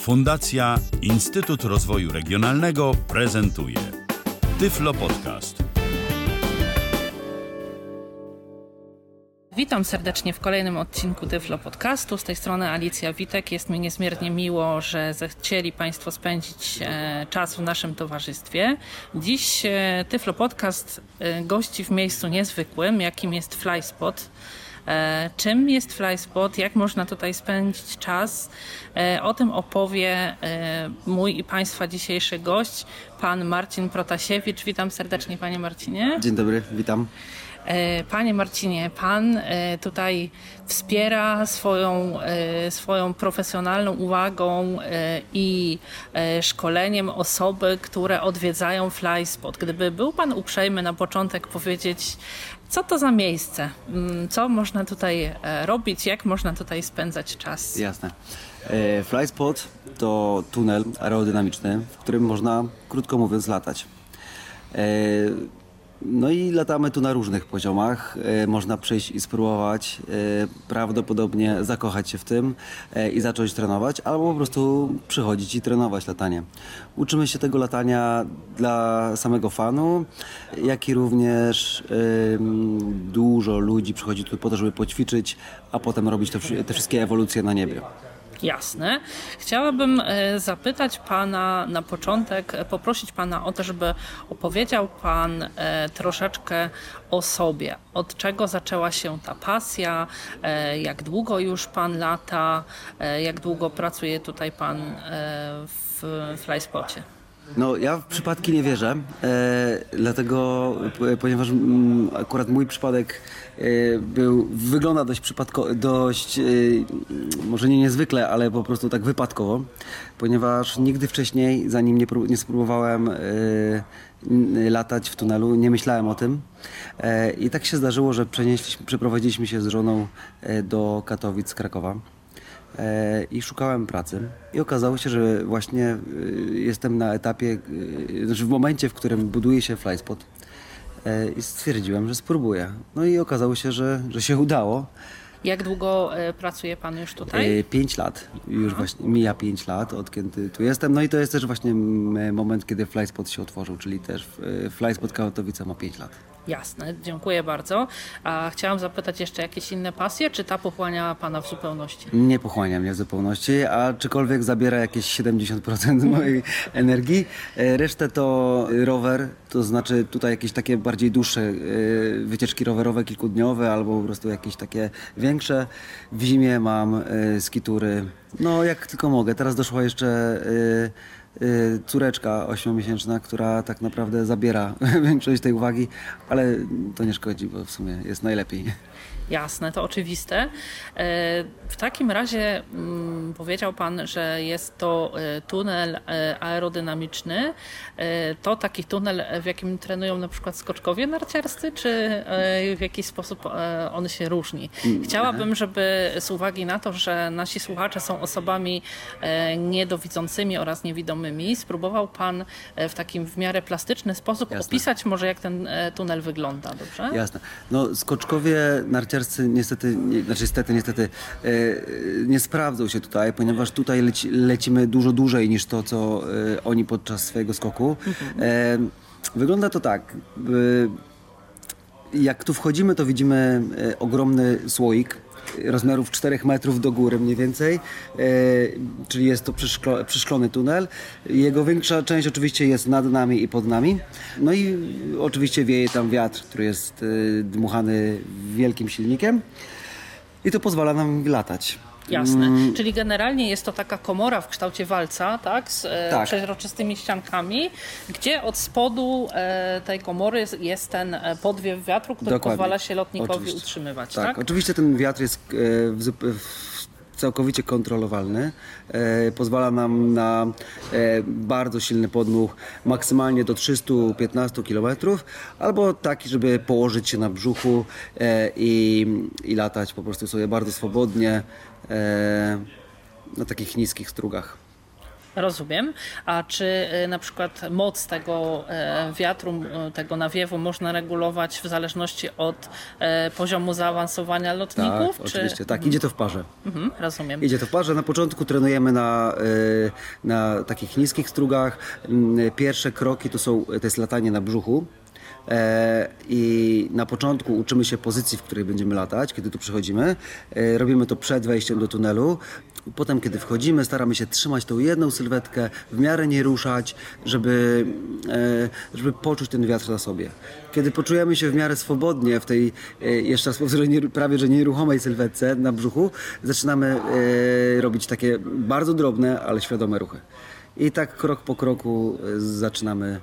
Fundacja Instytut Rozwoju Regionalnego prezentuje Tyflo Podcast. Witam serdecznie w kolejnym odcinku Tyflo Podcastu. Z tej strony Alicja Witek. Jest mi niezmiernie miło, że zechcieli Państwo spędzić czas w naszym towarzystwie. Dziś Tyflo Podcast gości w miejscu niezwykłym, jakim jest FlySpot. Czym jest FlySpot, jak można tutaj spędzić czas, o tym opowie mój i Państwa dzisiejszy gość, pan Marcin Protasiewicz. Witam serdecznie, panie Marcinie. Dzień dobry, witam. Panie Marcinie, pan tutaj wspiera swoją profesjonalną uwagą i szkoleniem osoby, które odwiedzają FlySpot. Gdyby był pan uprzejmy na początek powiedzieć, co to za miejsce, co można tutaj robić, jak można tutaj spędzać czas? Jasne. FlySpot to tunel aerodynamiczny, w którym można, krótko mówiąc, latać. No i latamy tu na różnych poziomach. Można przyjść i spróbować, prawdopodobnie zakochać się w tym i zacząć trenować, albo po prostu przychodzić i trenować latanie. Uczymy się tego latania dla samego fanu, jak i również dużo ludzi przychodzi tu po to, żeby poćwiczyć, a potem robić te wszystkie ewolucje na niebie. Jasne. Chciałabym zapytać pana na początek, poprosić pana o to, żeby opowiedział pan troszeczkę o sobie. Od czego zaczęła się ta pasja, jak długo już pan lata, jak długo pracuje tutaj pan w FlySpocie? No, ja w przypadki nie wierzę, dlatego, ponieważ akurat mój przypadek wygląda dość może nie niezwykle, ale po prostu tak wypadkowo, ponieważ nigdy wcześniej, zanim nie spróbowałem latać w tunelu, nie myślałem o tym i tak się zdarzyło, że przeprowadziliśmy się z żoną do Katowic z Krakowa. I szukałem pracy i okazało się, że właśnie jestem na etapie, znaczy w momencie, w którym buduje się FlySpot i stwierdziłem, że spróbuję. No i okazało się, że się udało. Jak długo pracuje pan już tutaj? 5 lat. Już właśnie mija 5 lat, od kiedy tu jestem. No i to jest też właśnie moment, kiedy FlySpot się otworzył, czyli też FlySpot Katowice ma 5 lat. Jasne, dziękuję bardzo. A chciałam zapytać jeszcze jakieś inne pasje, czy ta pochłania pana w zupełności? Nie pochłania mnie w zupełności, aczkolwiek zabiera jakieś 70% mojej energii. Resztę to rower, to znaczy tutaj jakieś takie bardziej dłuższe wycieczki rowerowe, kilkudniowe albo po prostu jakieś takie większe. W zimie mam skitury, no jak tylko mogę. Teraz doszła jeszcze córeczka 8-miesięczna, która tak naprawdę zabiera większość tej uwagi, ale to nie szkodzi, bo w sumie jest najlepiej. Jasne, to oczywiste. W takim razie powiedział pan, że jest to tunel aerodynamiczny. To taki tunel, w jakim trenują na przykład skoczkowie narciarscy, czy w jakiś sposób on się różni? Chciałabym, żeby z uwagi na to, że nasi słuchacze są osobami niedowidzącymi oraz niewidomymi, spróbował pan w takim w miarę plastyczny sposób opisać może, jak ten tunel wygląda, dobrze? Jasne. No skoczkowie narciarscy niestety nie sprawdzą się tutaj, ponieważ tutaj lecimy dużo dłużej niż to, co oni podczas swojego skoku. Wygląda to tak. Jak tu wchodzimy, to widzimy ogromny słoik rozmiarów 4 metrów do góry mniej więcej, czyli jest to przeszklony tunel. Jego większa część oczywiście jest nad nami i pod nami. No i oczywiście wieje tam wiatr, który jest dmuchany wielkim silnikiem i to pozwala nam latać. Jasne. Czyli generalnie jest to taka komora w kształcie walca, tak? Z przeźroczystymi ściankami, gdzie od spodu tej komory jest ten podwiew wiatru, który pozwala się lotnikowi utrzymywać. Tak, oczywiście ten wiatr jest całkowicie kontrolowalny. Pozwala nam na bardzo silny podmuch, maksymalnie do 315 km, albo taki, żeby położyć się na brzuchu i latać po prostu sobie bardzo swobodnie na takich niskich strugach. Rozumiem. A czy na przykład moc tego wiatru, tego nawiewu można regulować w zależności od poziomu zaawansowania lotników? Tak, oczywiście, tak. Idzie to w parze. Rozumiem. Idzie to w parze. Na początku trenujemy na takich niskich strugach. Pierwsze kroki to jest latanie na brzuchu. I na początku uczymy się pozycji, w której będziemy latać, kiedy tu przychodzimy. Robimy to przed wejściem do tunelu. Potem, kiedy wchodzimy, staramy się trzymać tą jedną sylwetkę, w miarę nie ruszać, żeby poczuć ten wiatr na sobie. Kiedy poczujemy się w miarę swobodnie w tej, jeszcze raz powtórzę, prawie że nieruchomej sylwetce na brzuchu, zaczynamy robić takie bardzo drobne, ale świadome ruchy. I tak krok po kroku zaczynamy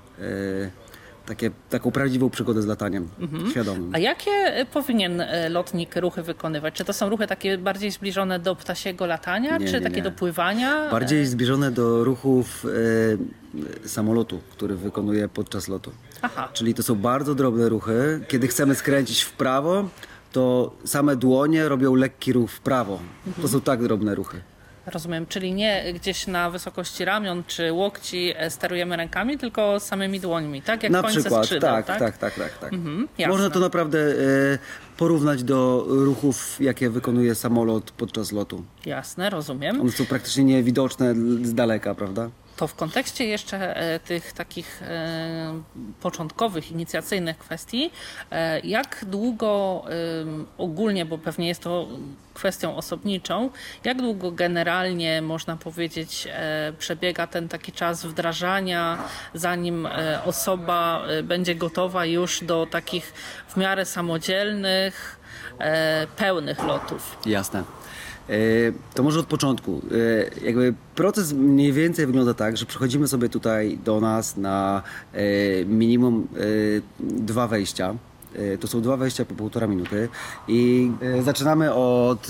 taką prawdziwą przygodę z lataniem świadomym. A jakie powinien lotnik ruchy wykonywać? Czy to są ruchy takie bardziej zbliżone do ptasiego latania, czy takie do pływania? Bardziej zbliżone do ruchów samolotu, który wykonuje podczas lotu. Aha. Czyli to są bardzo drobne ruchy. Kiedy chcemy skręcić w prawo, to same dłonie robią lekki ruch w prawo. To są tak drobne ruchy. Rozumiem, czyli nie gdzieś na wysokości ramion czy łokci sterujemy rękami, tylko samymi dłońmi, tak? Jak na końce przykład, skrzydeł, tak. Jasne. Można to naprawdę porównać do ruchów, jakie wykonuje samolot podczas lotu. Jasne, rozumiem. One są praktycznie niewidoczne z daleka, prawda? To w kontekście jeszcze tych takich początkowych, inicjacyjnych kwestii, jak długo ogólnie, bo pewnie jest to kwestią osobniczą, jak długo generalnie można powiedzieć przebiega ten taki czas wdrażania, zanim osoba będzie gotowa już do takich w miarę samodzielnych, pełnych lotów? Jasne. To może od początku. Jakby proces mniej więcej wygląda tak, że przychodzimy sobie tutaj do nas na minimum 2 wejścia. To są 2 wejścia po 1,5 minuty i zaczynamy od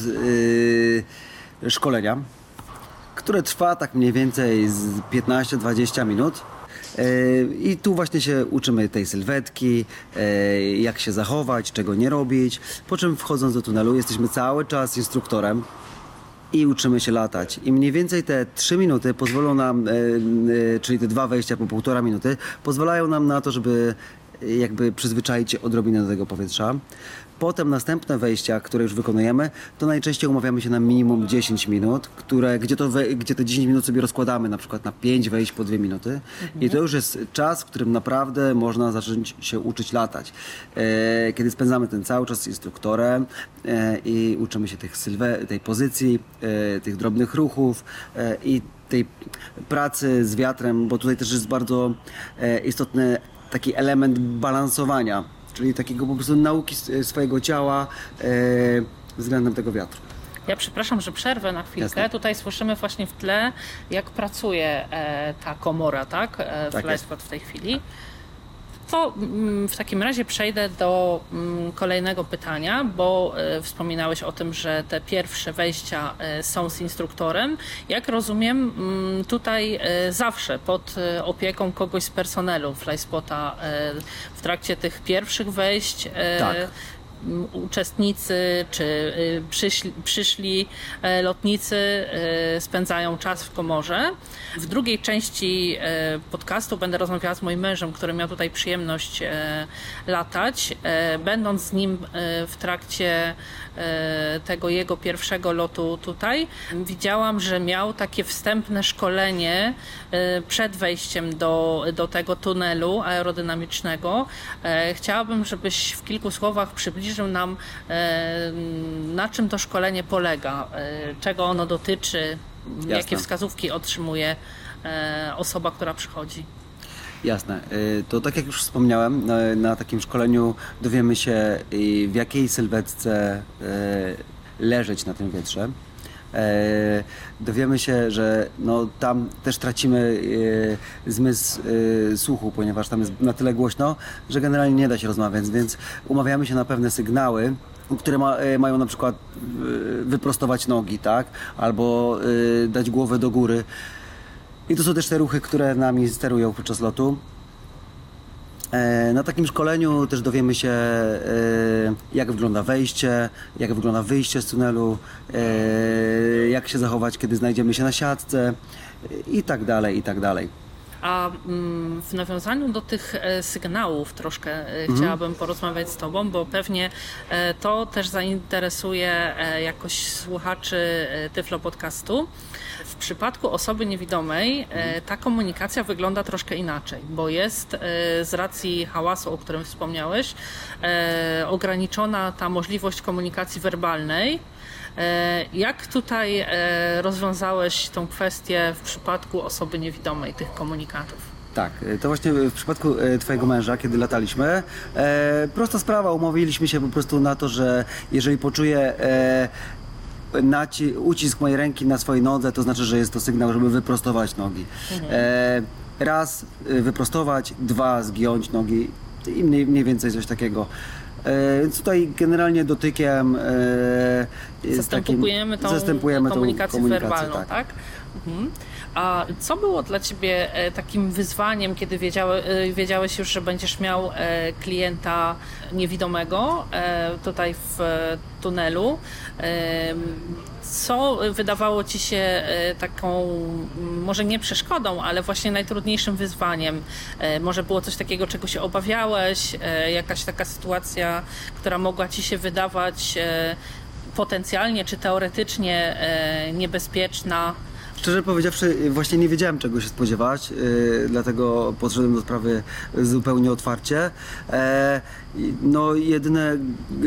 szkolenia, które trwa tak mniej więcej z 15-20 minut. I tu właśnie się uczymy tej sylwetki, jak się zachować, czego nie robić. Po czym wchodząc do tunelu jesteśmy cały czas instruktorem i uczymy się latać. I mniej więcej te 3 minuty pozwolą nam, czyli te 2 wejścia po 1,5 minuty, pozwalają nam na to, żeby jakby przyzwyczaić się odrobinę do tego powietrza. Potem następne wejścia, które już wykonujemy, to najczęściej umawiamy się na minimum 10 minut, gdzie te 10 minut sobie rozkładamy na przykład na 5 wejść po 2 minuty. I to już jest czas, w którym naprawdę można zacząć się uczyć latać. Kiedy spędzamy ten cały czas z instruktorem i uczymy się tej pozycji, tych drobnych ruchów i tej pracy z wiatrem, bo tutaj też jest bardzo istotny taki element balansowania, czyli takiego po prostu nauki swojego ciała względem tego wiatru. Ja przepraszam, że przerwę na chwilkę. Jasne. Tutaj słyszymy właśnie w tle, jak pracuje ta komora, tak? FlySpot w tej chwili. To w takim razie przejdę do kolejnego pytania, bo wspominałeś o tym, że te pierwsze wejścia są z instruktorem. Jak rozumiem, tutaj zawsze pod opieką kogoś z personelu FlySpota w trakcie tych pierwszych wejść Tak. Uczestnicy czy przyszli lotnicy spędzają czas w komorze. W drugiej części podcastu będę rozmawiała z moim mężem, który miał tutaj przyjemność latać. Będąc z nim w trakcie tego jego pierwszego lotu tutaj, widziałam, że miał takie wstępne szkolenie przed wejściem do tego tunelu aerodynamicznego. Chciałabym, żebyś w kilku słowach przybliżył nam, na czym to szkolenie polega, czego ono dotyczy, jakie wskazówki otrzymuje osoba, która przychodzi. Jasne. To tak jak już wspomniałem, na takim szkoleniu dowiemy się, w jakiej sylwetce leżeć na tym wietrze. Dowiemy się, że tam też tracimy zmysł słuchu, ponieważ tam jest na tyle głośno, że generalnie nie da się rozmawiać, więc umawiamy się na pewne sygnały, które mają na przykład wyprostować nogi, tak? Albo dać głowę do góry. I to są też te ruchy, które nami sterują podczas lotu. Na takim szkoleniu też dowiemy się, jak wygląda wejście, jak wygląda wyjście z tunelu, jak się zachować, kiedy znajdziemy się na siatce i tak dalej, i tak dalej. A w nawiązaniu do tych sygnałów troszkę chciałabym porozmawiać z Tobą, bo pewnie to też zainteresuje jakoś słuchaczy Tyflo Podcastu. W przypadku osoby niewidomej ta komunikacja wygląda troszkę inaczej, bo jest z racji hałasu, o którym wspomniałeś, ograniczona ta możliwość komunikacji werbalnej. Jak tutaj rozwiązałeś tą kwestię w przypadku osoby niewidomej, tych komunikatów? Tak, to właśnie w przypadku twojego męża, kiedy lataliśmy, prosta sprawa, umówiliśmy się po prostu na to, że jeżeli poczuje ucisk mojej ręki na swojej nodze, to znaczy, że jest to sygnał, żeby wyprostować nogi. Raz wyprostować, dwa zgiąć nogi i mniej więcej coś takiego. Więc tutaj generalnie dotykiem zastępujemy tą komunikację werbalną, tak? A co było dla Ciebie takim wyzwaniem, kiedy wiedziałeś już, że będziesz miał klienta niewidomego tutaj w tunelu? Co wydawało Ci się taką, może nie przeszkodą, ale właśnie najtrudniejszym wyzwaniem? Może było coś takiego, czego się obawiałeś? Jakaś taka sytuacja, która mogła Ci się wydawać potencjalnie czy teoretycznie niebezpieczna? Szczerze powiedziawszy, właśnie nie wiedziałem, czego się spodziewać, dlatego podszedłem do sprawy zupełnie otwarcie. No jedyne,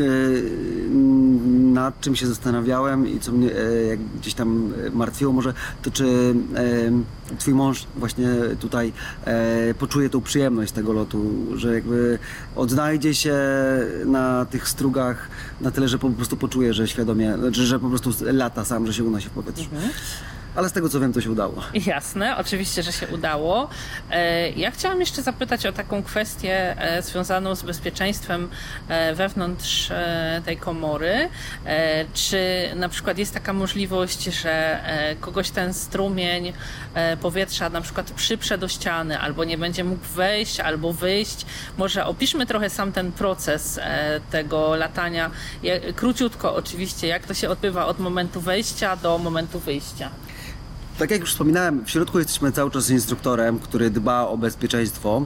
nad czym się zastanawiałem i co mnie gdzieś tam martwiło może, to czy twój mąż właśnie tutaj poczuje tą przyjemność tego lotu, że jakby odnajdzie się na tych strugach na tyle, że po prostu poczuje, że świadomie, że po prostu lata sam, że się unosi w powietrzu. Ale z tego co wiem, to się udało. Jasne, oczywiście, że się udało. Ja chciałam jeszcze zapytać o taką kwestię związaną z bezpieczeństwem wewnątrz tej komory. Czy na przykład jest taka możliwość, że kogoś ten strumień powietrza na przykład przyprze do ściany, albo nie będzie mógł wejść, albo wyjść? Może opiszmy trochę sam ten proces tego latania. Króciutko oczywiście, jak to się odbywa od momentu wejścia do momentu wyjścia. Tak jak już wspominałem, w środku jesteśmy cały czas instruktorem, który dba o bezpieczeństwo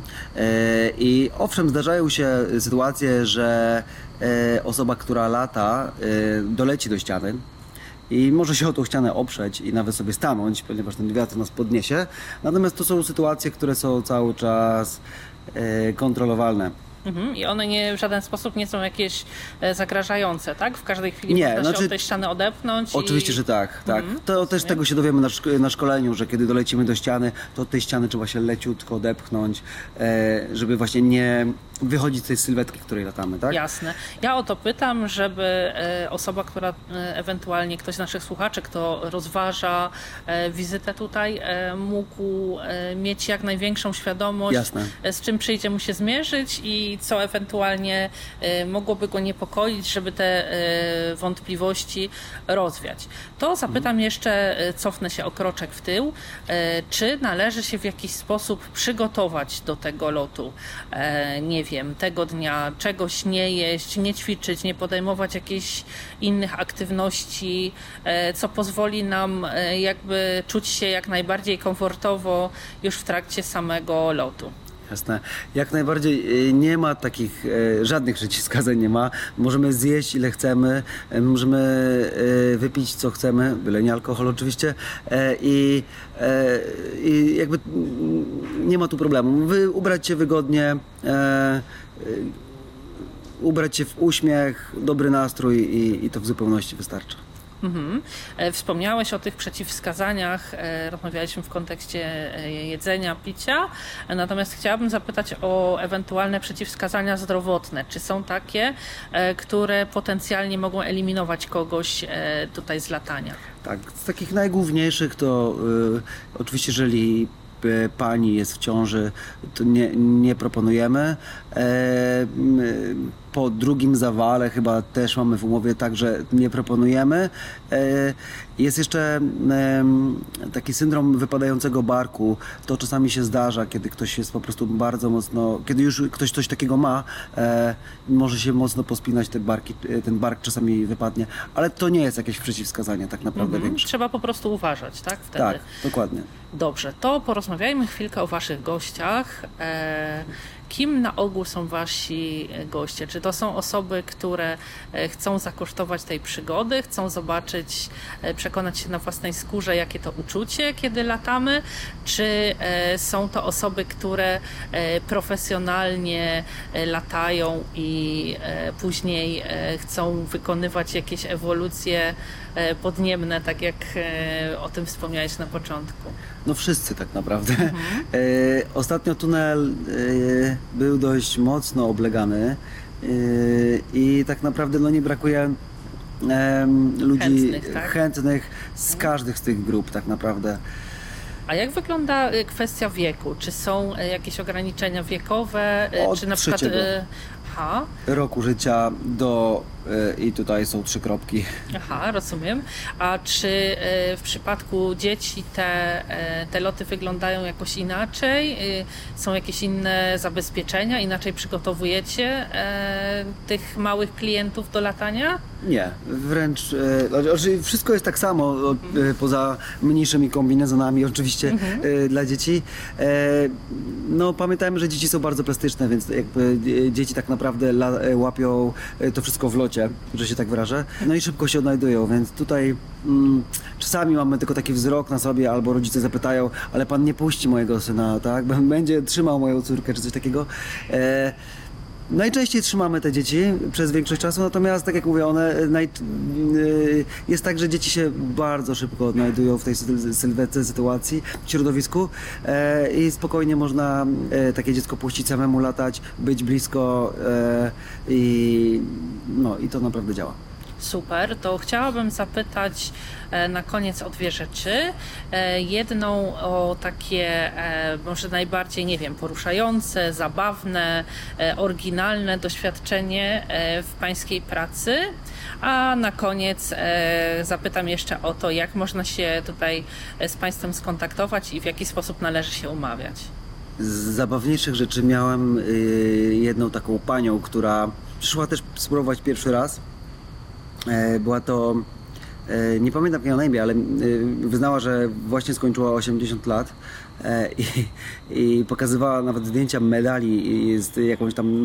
i owszem, zdarzają się sytuacje, że osoba, która lata, doleci do ściany i może się o tą ścianę oprzeć i nawet sobie stanąć, ponieważ ten wiatr nas podniesie. Natomiast to są sytuacje, które są cały czas kontrolowalne. I one w żaden sposób nie są jakieś zagrażające, tak? W każdej chwili można się od tej ściany odepchnąć. Oczywiście, że tak. To też tego się dowiemy na szkoleniu, że kiedy dolecimy do ściany, to od tej ściany trzeba się leciutko odepchnąć, żeby właśnie nie wychodzić z tej sylwetki, której latamy, tak? Jasne. Ja o to pytam, żeby osoba, która ewentualnie ktoś z naszych słuchaczy, kto rozważa wizytę tutaj, mógł mieć jak największą świadomość, Jasne. Z czym przyjdzie mu się zmierzyć i co ewentualnie mogłoby go niepokoić, żeby te wątpliwości rozwiać. To zapytam jeszcze, cofnę się o kroczek w tył, czy należy się w jakiś sposób przygotować do tego lotu? Nie wiem, tego dnia czegoś nie jeść, nie ćwiczyć, nie podejmować jakichś innych aktywności, co pozwoli nam jakby czuć się jak najbardziej komfortowo już w trakcie samego lotu. Jasne. Jak najbardziej nie ma takich, żadnych przeciwwskazań nie ma. Możemy zjeść ile chcemy, możemy wypić co chcemy, byle nie alkohol oczywiście i jakby nie ma tu problemu. Ubrać się wygodnie, ubrać się w uśmiech, dobry nastrój i to w zupełności wystarcza. Wspomniałeś o tych przeciwwskazaniach, rozmawialiśmy w kontekście jedzenia, picia, natomiast chciałabym zapytać o ewentualne przeciwwskazania zdrowotne. Czy są takie, które potencjalnie mogą eliminować kogoś tutaj z latania? Tak, z takich najgłówniejszych to oczywiście, jeżeli pani jest w ciąży, to nie proponujemy. po drugim zawale chyba też mamy w umowie tak, że nie proponujemy. Jest jeszcze taki syndrom wypadającego barku. To czasami się zdarza, kiedy ktoś jest po prostu bardzo mocno, kiedy już ktoś coś takiego ma, może się mocno pospinać ten bark czasami wypadnie, ale to nie jest jakieś przeciwwskazanie tak naprawdę większe. Trzeba po prostu uważać, tak? Wtedy. Tak, dokładnie. Dobrze, to porozmawiajmy chwilkę o waszych gościach. Kim na ogół są wasi goście? Czy to są osoby, które chcą zakosztować tej przygody, chcą zobaczyć, przekonać się na własnej skórze, jakie to uczucie, kiedy latamy? Czy są to osoby, które profesjonalnie latają i później chcą wykonywać jakieś ewolucje podniebne, tak jak o tym wspomniałeś na początku? No wszyscy tak naprawdę. Ostatnio tunel był dość mocno oblegany i tak naprawdę no nie brakuje ludzi chętnych z każdych z tych grup tak naprawdę. A jak wygląda kwestia wieku? Czy są jakieś ograniczenia wiekowe? Czy na przykład roku życia i tutaj są 3 kropki. Aha, rozumiem. A czy w przypadku dzieci te loty wyglądają jakoś inaczej? Są jakieś inne zabezpieczenia? Inaczej przygotowujecie tych małych klientów do latania? Nie, wręcz wszystko jest tak samo, poza mniejszymi kombinezonami oczywiście dla dzieci. No pamiętajmy, że dzieci są bardzo plastyczne, więc jakby dzieci tak naprawdę łapią to wszystko w locie, że się tak wyrażę, no i szybko się odnajdują, więc tutaj czasami mamy tylko taki wzrok na sobie, albo rodzice zapytają, ale pan nie puści mojego syna, tak? Będzie trzymał moją córkę, czy coś takiego. Najczęściej trzymamy te dzieci przez większość czasu, natomiast tak jak mówię, jest tak, że dzieci się bardzo szybko odnajdują w tej sylwetce, sytuacji, w środowisku i spokojnie można takie dziecko puścić samemu latać, być blisko i to naprawdę działa. Super, to chciałabym zapytać na koniec o 2 rzeczy. Jedną o takie może najbardziej, nie wiem, poruszające, zabawne, oryginalne doświadczenie w pańskiej pracy, a na koniec zapytam jeszcze o to, jak można się tutaj z państwem skontaktować i w jaki sposób należy się umawiać. Z zabawniejszych rzeczy miałem jedną taką panią, która przyszła też spróbować pierwszy raz. Była to, nie pamiętam jak miała na imię, ale wyznała, że właśnie skończyła 80 lat i pokazywała nawet zdjęcia medali z jakąś tam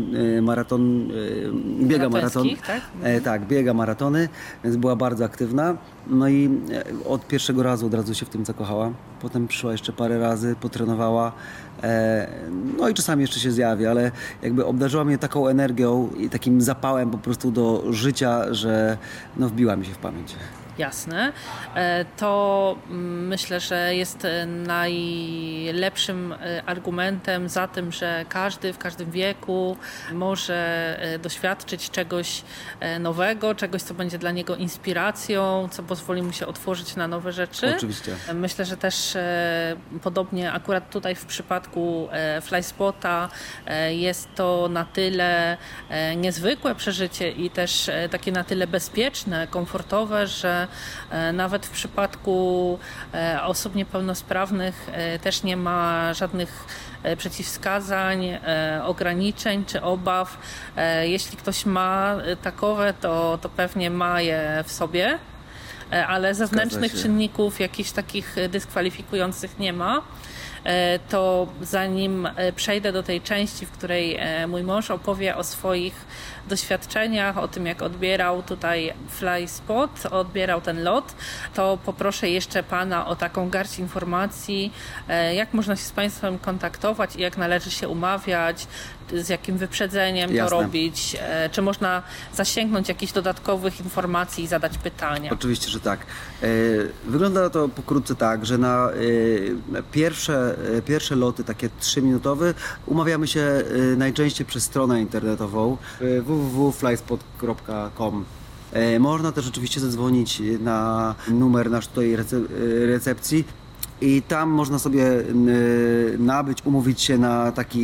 biega maraton. Tak? Tak, biega maratony, więc była bardzo aktywna. No i od pierwszego razu od razu się w tym zakochała. Potem przyszła jeszcze parę razy, potrenowała. No i czasami jeszcze się zjawi, ale jakby obdarzyła mnie taką energią i takim zapałem po prostu do życia, że wbiła mi się w pamięć. Jasne. To myślę, że jest najlepszym argumentem za tym, że każdy w każdym wieku może doświadczyć czegoś nowego, czegoś, co będzie dla niego inspiracją, co pozwoli mu się otworzyć na nowe rzeczy. Oczywiście. Myślę, że też podobnie akurat tutaj w przypadku FlySpota jest to na tyle niezwykłe przeżycie i też takie na tyle bezpieczne, komfortowe, że nawet w przypadku osób niepełnosprawnych też nie ma żadnych przeciwwskazań, ograniczeń czy obaw. Jeśli ktoś ma takowe, to pewnie ma je w sobie, ale zewnętrznych czynników jakichś takich dyskwalifikujących nie ma. To zanim przejdę do tej części, w której mój mąż opowie o swoich doświadczeniach, o tym jak odbierał tutaj FlySpot, odbierał ten lot, to poproszę jeszcze Pana o taką garść informacji, jak można się z Państwem kontaktować i jak należy się umawiać, z jakim wyprzedzeniem to robić, czy można zasięgnąć jakichś dodatkowych informacji i zadać pytania. Oczywiście, że tak. Wygląda to pokrótce tak, że na pierwsze loty, takie 3-minutowe, umawiamy się najczęściej przez stronę internetową www.flyspot.com. Można też oczywiście zadzwonić na numer nasz tutaj recepcji i tam można sobie umówić się na taki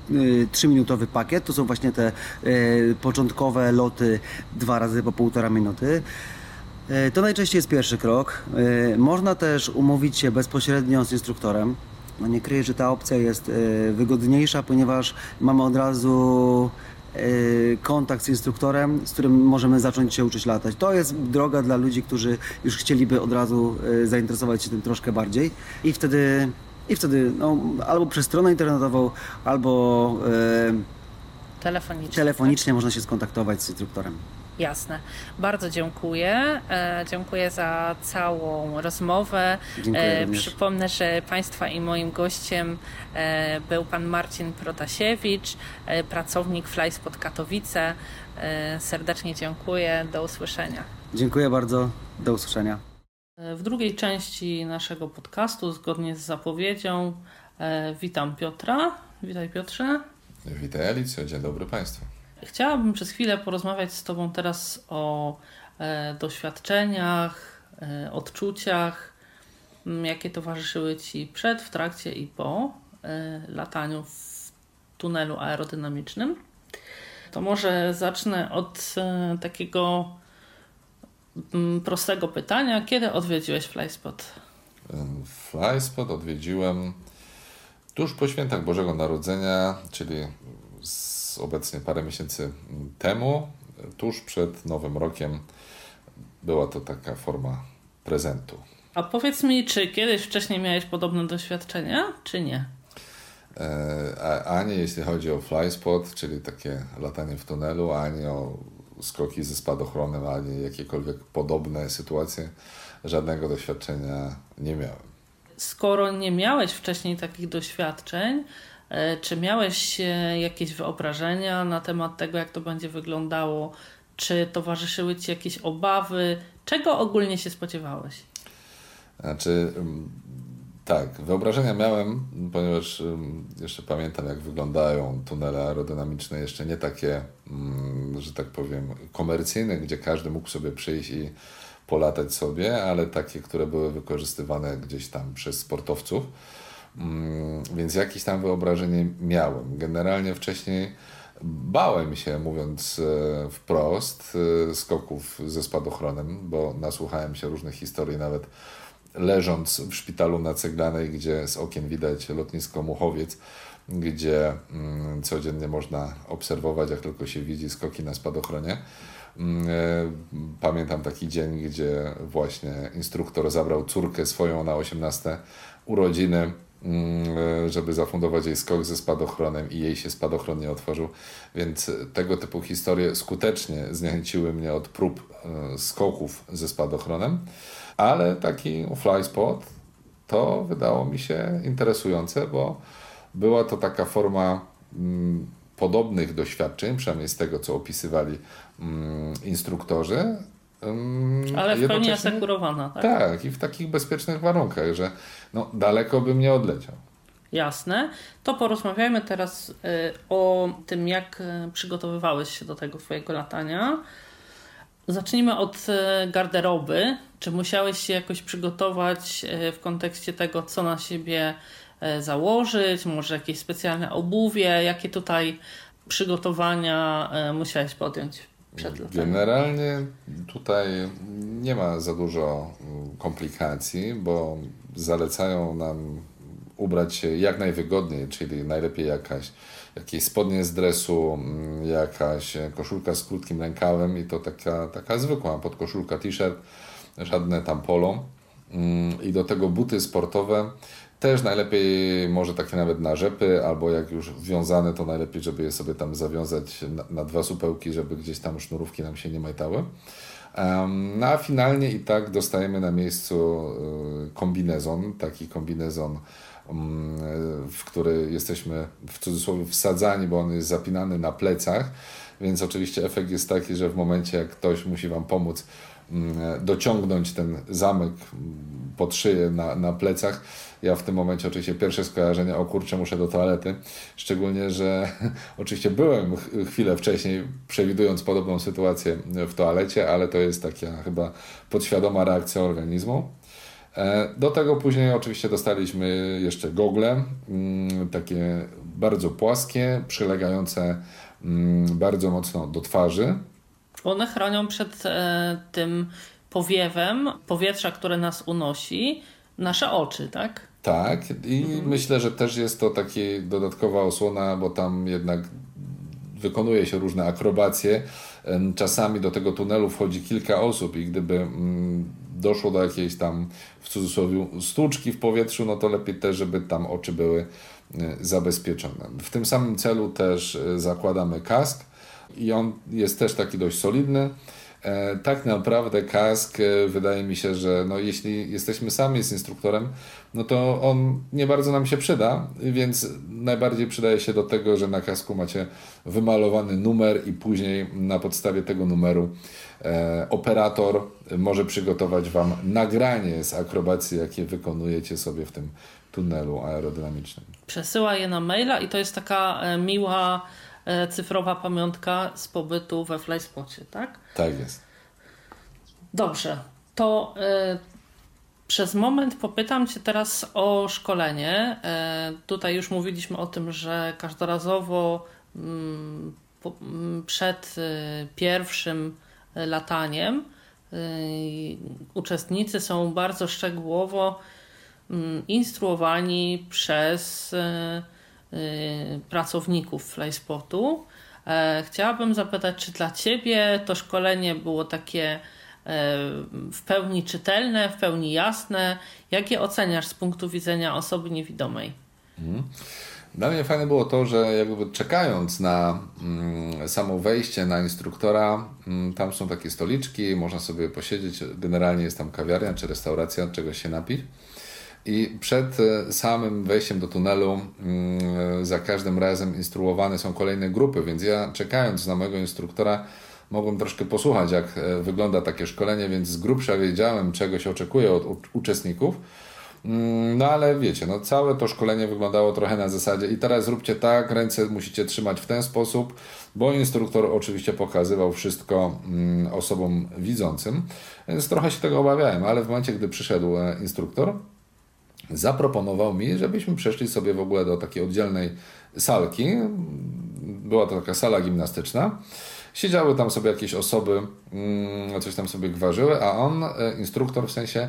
3-minutowy pakiet. To są właśnie te początkowe loty 2 razy po 1,5 minuty. To najczęściej jest pierwszy krok. Można też umówić się bezpośrednio z instruktorem. No nie kryję, że ta opcja jest wygodniejsza, ponieważ mamy od razu kontakt z instruktorem, z którym możemy zacząć się uczyć latać. To jest droga dla ludzi, którzy już chcieliby od razu zainteresować się tym troszkę bardziej i wtedy no, albo przez stronę internetową, albo telefonicznie można się skontaktować z instruktorem. Jasne. Bardzo dziękuję. Dziękuję za całą rozmowę. Dziękuję również. Przypomnę, że Państwa i moim gościem był Pan Marcin Protasiewicz, pracownik FlySpot Katowice. Serdecznie dziękuję. Do usłyszenia. Dziękuję bardzo. Do usłyszenia. W drugiej części naszego podcastu, zgodnie z zapowiedzią, witam Piotra. Witaj, Piotrze. Witaj, Alicjo. Dzień dobry Państwu. Chciałabym przez chwilę porozmawiać z Tobą teraz o doświadczeniach, odczuciach, jakie towarzyszyły Ci przed, w trakcie i po lataniu w tunelu aerodynamicznym. To może zacznę od takiego prostego pytania. Kiedy odwiedziłeś FlySpot? FlySpot odwiedziłem tuż po świętach Bożego Narodzenia, czyli obecnie parę miesięcy temu, tuż przed Nowym Rokiem. Była to taka forma prezentu. A powiedz mi, czy kiedyś wcześniej miałeś podobne doświadczenia, czy nie? Ani jeśli chodzi o FlySpot, czyli takie latanie w tunelu, ani o skoki ze spadochronem, ani jakiekolwiek podobne sytuacje, żadnego doświadczenia nie miałem. Skoro nie miałeś wcześniej takich doświadczeń, czy miałeś jakieś wyobrażenia na temat tego, jak to będzie wyglądało? Czy towarzyszyły Ci jakieś obawy? Czego ogólnie się spodziewałeś? Znaczy, tak, wyobrażenia miałem, ponieważ jeszcze pamiętam, jak wyglądają tunele aerodynamiczne, jeszcze nie takie, że tak powiem, komercyjne, gdzie każdy mógł sobie przyjść i polatać sobie, ale takie, które były wykorzystywane gdzieś tam przez sportowców. Więc jakieś tam wyobrażenie miałem. Generalnie wcześniej bałem się, mówiąc wprost, skoków ze spadochronem, bo nasłuchałem się różnych historii, nawet leżąc w szpitalu na Ceglanej, gdzie z okien widać lotnisko Muchowiec, gdzie codziennie można obserwować, jak tylko się widzi skoki na spadochronie. Pamiętam taki dzień, gdzie właśnie instruktor zabrał córkę swoją na 18 urodziny, żeby zafundować jej skok ze spadochronem i jej się spadochron nie otworzył. Więc tego typu historie skutecznie zniechęciły mnie od prób skoków ze spadochronem, ale taki FlySpot to wydało mi się interesujące, bo była to taka forma podobnych doświadczeń, przynajmniej z tego, co opisywali instruktorzy. Ale w pełni asekurowana, tak? Tak, i w takich bezpiecznych warunkach, że no, daleko bym nie odleciał. Jasne. To porozmawiajmy teraz o tym, jak przygotowywałeś się do tego twojego latania. Zacznijmy od garderoby. Czy musiałeś się jakoś przygotować w kontekście tego, co na siebie założyć? Może jakieś specjalne obuwie? Jakie tutaj przygotowania musiałeś podjąć przed lataniem? Generalnie tutaj nie ma za dużo komplikacji, bo zalecają nam ubrać się jak najwygodniej, czyli najlepiej jakieś spodnie z dresu, jakaś koszulka z krótkim rękawem i to taka zwykła podkoszulka, t-shirt, żadne tam polo i do tego buty sportowe. Też najlepiej może takie nawet na rzepy, albo jak już wiązane, to najlepiej, żeby je sobie tam zawiązać na 2 supełki, żeby gdzieś tam sznurówki nam się nie majtały. No a finalnie i tak dostajemy na miejscu kombinezon, taki kombinezon, w który jesteśmy w cudzysłowie wsadzani, bo on jest zapinany na plecach, więc oczywiście efekt jest taki, że w momencie jak ktoś musi Wam pomóc dociągnąć ten zamek pod szyję na plecach, ja w tym momencie oczywiście pierwsze skojarzenie, o kurczę, muszę do toalety, szczególnie, że oczywiście byłem chwilę wcześniej przewidując podobną sytuację w toalecie, ale to jest taka chyba podświadoma reakcja organizmu. Do tego później oczywiście dostaliśmy jeszcze gogle, takie bardzo płaskie, przylegające bardzo mocno do twarzy. One chronią przed tym powiewem powietrza, które nas unosi, nasze oczy, tak? Tak, i myślę, że też jest to taka dodatkowa osłona, bo tam jednak wykonuje się różne akrobacje. Czasami do tego tunelu wchodzi kilka osób i gdyby doszło do jakiejś tam, w cudzysłowie, stłuczki w powietrzu, no to lepiej też, żeby tam oczy były zabezpieczone. W tym samym celu też zakładamy kask i on jest też taki dość solidny. Tak naprawdę kask, wydaje mi się, że no jeśli jesteśmy sami z instruktorem, no to on nie bardzo nam się przyda, więc najbardziej przydaje się do tego, że na kasku macie wymalowany numer i później na podstawie tego numeru operator może przygotować Wam nagranie z akrobacji, jakie wykonujecie sobie w tym tunelu aerodynamicznym. Przesyła je na maila i to jest taka miła cyfrowa pamiątka z pobytu we FlySpocie, tak? Tak jest. Dobrze, to przez moment popytam Cię teraz o szkolenie. Tutaj już mówiliśmy o tym, że każdorazowo przed pierwszym lataniem uczestnicy są bardzo szczegółowo instruowani przez pracowników FlySpotu. Chciałabym zapytać, czy dla Ciebie to szkolenie było takie w pełni czytelne, w pełni jasne? Jak je oceniasz z punktu widzenia osoby niewidomej? Dla mnie fajne było to, że jakby czekając na samo wejście na instruktora, tam są takie stoliczki, można sobie posiedzieć, generalnie jest tam kawiarnia czy restauracja, czegoś się napić. I przed samym wejściem do tunelu za każdym razem instruowane są kolejne grupy, więc ja czekając na mojego instruktora mogłem troszkę posłuchać, jak wygląda takie szkolenie, więc z grubsza wiedziałem, czego się oczekuje od uczestników. No ale wiecie, no całe to szkolenie wyglądało trochę na zasadzie i teraz zróbcie tak, ręce musicie trzymać w ten sposób, bo instruktor oczywiście pokazywał wszystko osobom widzącym, więc trochę się tego obawiałem, ale w momencie, gdy przyszedł instruktor, zaproponował mi, żebyśmy przeszli sobie w ogóle do takiej oddzielnej salki. Była to taka sala gimnastyczna. Siedziały tam sobie jakieś osoby, coś tam sobie gwarzyły, a on, instruktor w sensie,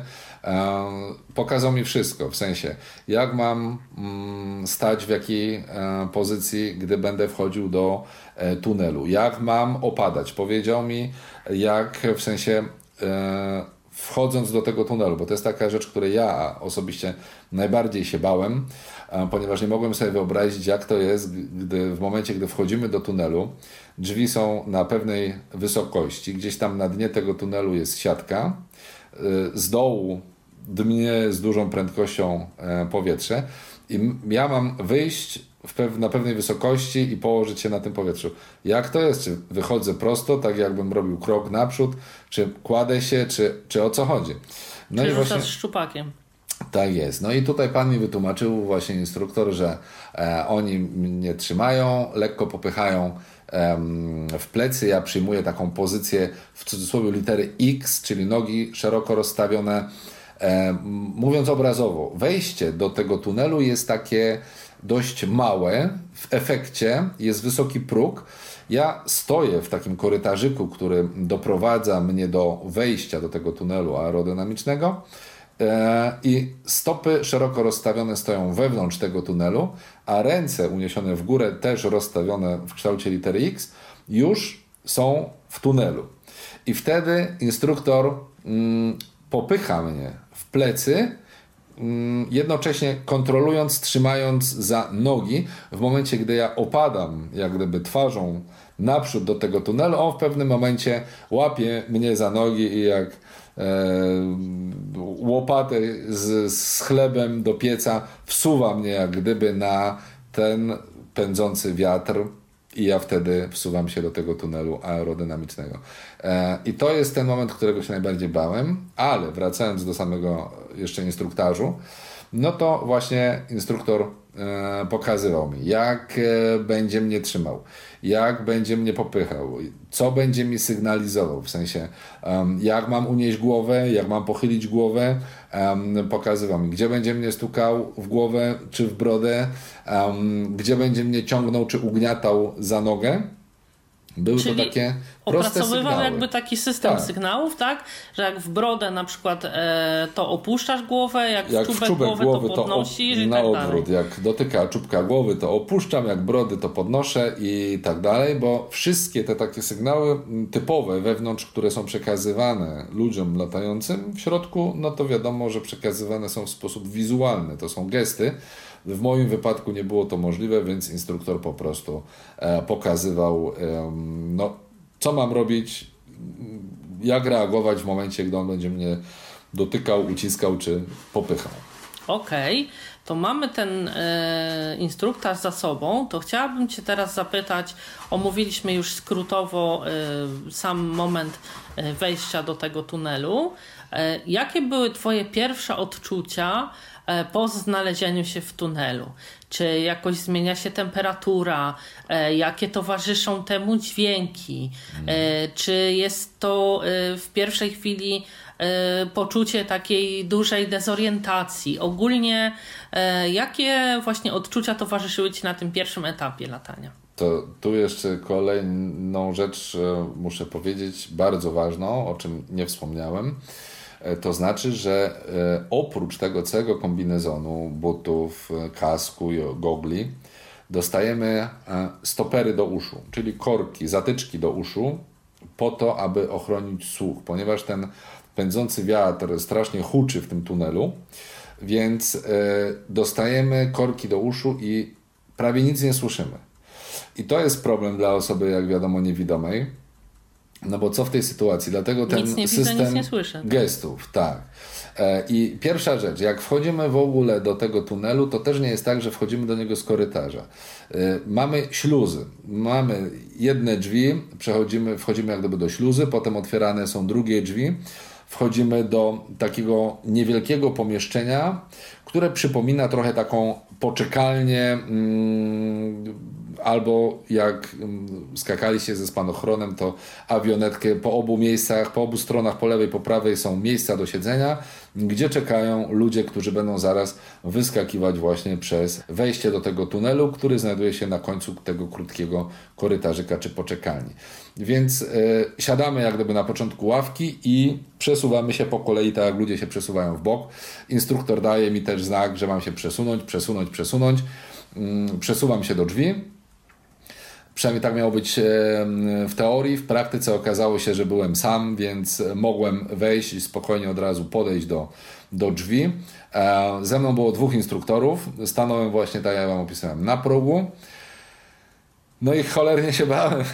pokazał mi wszystko, w sensie jak mam stać w jakiej pozycji, gdy będę wchodził do tunelu, jak mam opadać. Powiedział mi, jak w sensie wchodząc do tego tunelu, bo to jest taka rzecz, której ja osobiście najbardziej się bałem, ponieważ nie mogłem sobie wyobrazić, jak to jest, gdy w momencie, gdy wchodzimy do tunelu, drzwi są na pewnej wysokości, gdzieś tam na dnie tego tunelu jest siatka, z dołu dmie z dużą prędkością powietrze i ja mam wyjść na pewnej wysokości i położyć się na tym powietrzu. Jak to jest? Czy wychodzę prosto, tak jakbym robił krok naprzód, czy kładę się, czy o co chodzi? No czy i właśnie z szczupakiem. Tak jest. No i tutaj pan mi wytłumaczył, właśnie instruktor, że oni mnie trzymają, lekko popychają w plecy. Ja przyjmuję taką pozycję w cudzysłowie litery X, czyli nogi szeroko rozstawione. Mówiąc obrazowo, wejście do tego tunelu jest takie dość małe. W efekcie jest wysoki próg. Ja stoję w takim korytarzyku, który doprowadza mnie do wejścia do tego tunelu aerodynamicznego i stopy szeroko rozstawione stoją wewnątrz tego tunelu, a ręce uniesione w górę, też rozstawione w kształcie litery X, już są w tunelu. I wtedy instruktor popycha mnie w plecy, jednocześnie kontrolując, trzymając za nogi. W momencie, gdy ja opadam jak gdyby twarzą naprzód do tego tunelu, on w pewnym momencie łapie mnie za nogi i jak łopatę z chlebem do pieca wsuwa mnie jak gdyby na ten pędzący wiatr i ja wtedy wsuwam się do tego tunelu aerodynamicznego. I to jest ten moment, którego się najbardziej bałem, ale wracając do samego jeszcze instruktażu, no to właśnie instruktor pokazywał mi, jak będzie mnie trzymał, jak będzie mnie popychał, co będzie mi sygnalizował, w sensie jak mam unieść głowę, jak mam pochylić głowę, pokazywał mi, gdzie będzie mnie stukał w głowę czy w brodę, gdzie będzie mnie ciągnął czy ugniatał za nogę. Były to takie proste opracowywał sygnały. jakby taki system sygnałów, tak? Że jak w brodę na przykład to opuszczasz głowę, jak w czubek głowy to podnosisz i na tak odwrót. dalej. Jak dotyka czubka głowy, to opuszczam, jak brody, to podnoszę i tak dalej, bo wszystkie te takie sygnały typowe wewnątrz, które są przekazywane ludziom latającym w środku, no to wiadomo, że przekazywane są w sposób wizualny. To są gesty. W moim wypadku nie było to możliwe, więc instruktor po prostu pokazywał, co mam robić, jak reagować w momencie, gdy on będzie mnie dotykał, uciskał czy popychał. Okej, to mamy ten instruktaż za sobą, to chciałabym Cię teraz zapytać, omówiliśmy już skrótowo sam moment wejścia do tego tunelu. Jakie były Twoje pierwsze odczucia po znalezieniu się w tunelu? Czy jakoś zmienia się temperatura? Jakie towarzyszą temu dźwięki? Czy jest to w pierwszej chwili poczucie takiej dużej dezorientacji? Ogólnie jakie właśnie odczucia towarzyszyły Ci na tym pierwszym etapie latania? To tu jeszcze kolejną rzecz muszę powiedzieć, bardzo ważną, o czym nie wspomniałem. To znaczy, że oprócz tego całego kombinezonu, butów, kasku i gogli, dostajemy stopery do uszu, czyli korki, zatyczki do uszu, po to, aby ochronić słuch, ponieważ ten pędzący wiatr strasznie huczy w tym tunelu, więc dostajemy korki do uszu i prawie nic nie słyszymy. I to jest problem dla osoby, jak wiadomo, niewidomej. No bo co w tej sytuacji? Dlatego ten nic nie system widzę, nic nie słyszę. Gestów, tak. I pierwsza rzecz, jak wchodzimy w ogóle do tego tunelu, to też nie jest tak, że wchodzimy do niego z korytarza. Mamy śluzy, mamy jedne drzwi, wchodzimy jak gdyby do śluzy, potem otwierane są drugie drzwi, wchodzimy do takiego niewielkiego pomieszczenia, które przypomina trochę taką poczekalnię, albo jak skakaliście ze spadochronem, to awionetkę po obu miejscach, po obu stronach, po lewej, po prawej są miejsca do siedzenia, gdzie czekają ludzie, którzy będą zaraz wyskakiwać właśnie przez wejście do tego tunelu, który znajduje się na końcu tego krótkiego korytarzyka czy poczekalni. Więc siadamy jak gdyby na początku ławki i przesuwamy się po kolei, tak jak ludzie się przesuwają w bok. Instruktor daje mi też znak, że mam się przesunąć. Przesuwam się do drzwi. Przynajmniej tak miało być w teorii. W praktyce okazało się, że byłem sam, więc mogłem wejść i spokojnie od razu podejść do drzwi. Ze mną było 2 instruktorów. Stanąłem właśnie, tak jak wam opisałem, na progu. No i cholernie się bałem.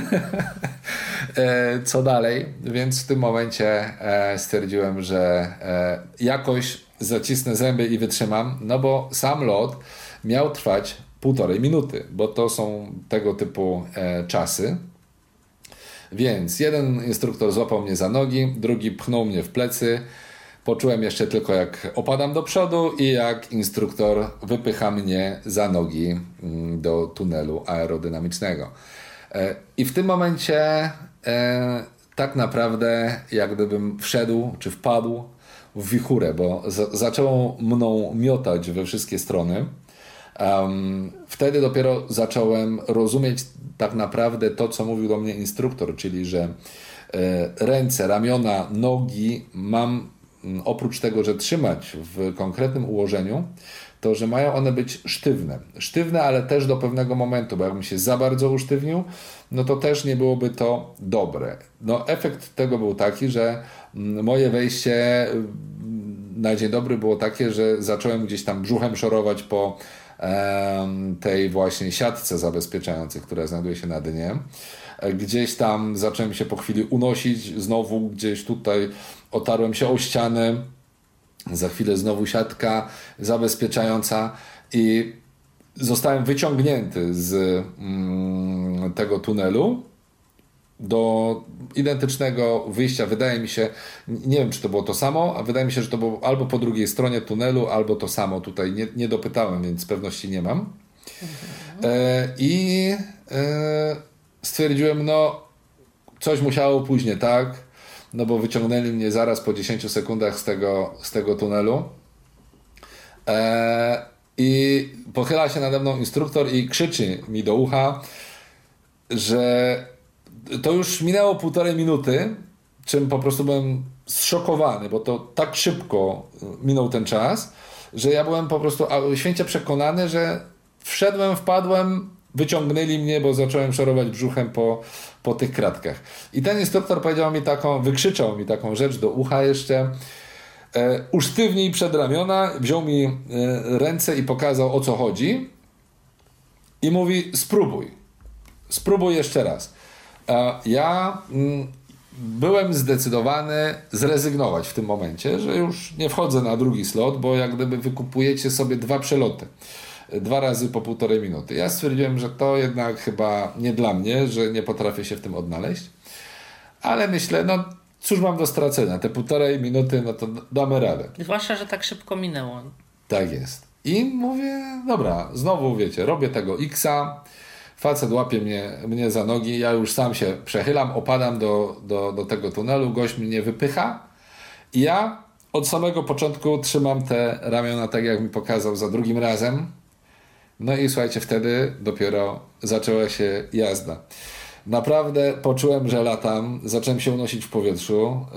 Co dalej? Więc w tym momencie stwierdziłem, że jakoś zacisnę zęby i wytrzymam, no bo sam lot miał trwać 1,5 minuty, bo to są tego typu czasy. Więc jeden instruktor złapał mnie za nogi, drugi pchnął mnie w plecy. Poczułem jeszcze tylko, jak opadam do przodu i jak instruktor wypycha mnie za nogi do tunelu aerodynamicznego. I w tym momencie tak naprawdę jak gdybym wszedł czy wpadł w wichurę, bo zaczęło mną miotać we wszystkie strony. Wtedy dopiero zacząłem rozumieć tak naprawdę to, co mówił do mnie instruktor, czyli że ręce, ramiona, nogi mam oprócz tego, że trzymać w konkretnym ułożeniu, to że mają one być sztywne. Sztywne, ale też do pewnego momentu, bo jakbym się za bardzo usztywnił, no to też nie byłoby to dobre. No, efekt tego był taki, że moje wejście na dzień dobry było takie, że zacząłem gdzieś tam brzuchem szorować po tej właśnie siatce zabezpieczającej, która znajduje się na dnie. Gdzieś tam zacząłem się po chwili unosić, znowu gdzieś tutaj otarłem się o ścianę, za chwilę znowu siatka zabezpieczająca i zostałem wyciągnięty z tego tunelu do identycznego wyjścia. Wydaje mi się, nie wiem, czy to było to samo, a wydaje mi się, że to było albo po drugiej stronie tunelu, albo to samo. Tutaj nie dopytałem, więc pewności nie mam. Stwierdziłem, no coś musiało pójść nie tak, no bo wyciągnęli mnie zaraz po 10 sekundach z tego tunelu. I pochyla się nade mną instruktor i krzyczy mi do ucha, że to już minęło 1,5 minuty, czym po prostu byłem zszokowany, bo to tak szybko minął ten czas, że ja byłem po prostu święcie przekonany, że wpadłem, wyciągnęli mnie, bo zacząłem szorować brzuchem po tych kratkach. I ten instruktor wykrzyczał mi taką rzecz do ucha jeszcze, usztywnij przedramiona, wziął mi ręce i pokazał, o co chodzi i mówi, spróbuj jeszcze raz. Ja byłem zdecydowany zrezygnować w tym momencie, że już nie wchodzę na drugi slot, bo jak gdyby wykupujecie sobie 2 przeloty. 2 razy po 1,5 minuty. Ja stwierdziłem, że to jednak chyba nie dla mnie, że nie potrafię się w tym odnaleźć. Ale myślę, no cóż mam do stracenia? Te 1,5 minuty, no to damy radę. Zwłaszcza, że tak szybko minęło. Tak jest. I mówię, dobra, znowu wiecie, robię tego X-a, facet łapie mnie za nogi, ja już sam się przechylam, opadam do tego tunelu, gość mnie wypycha i ja od samego początku trzymam te ramiona tak, jak mi pokazał za drugim razem. No i słuchajcie, wtedy dopiero zaczęła się jazda. Naprawdę poczułem, że latam, zacząłem się unosić w powietrzu,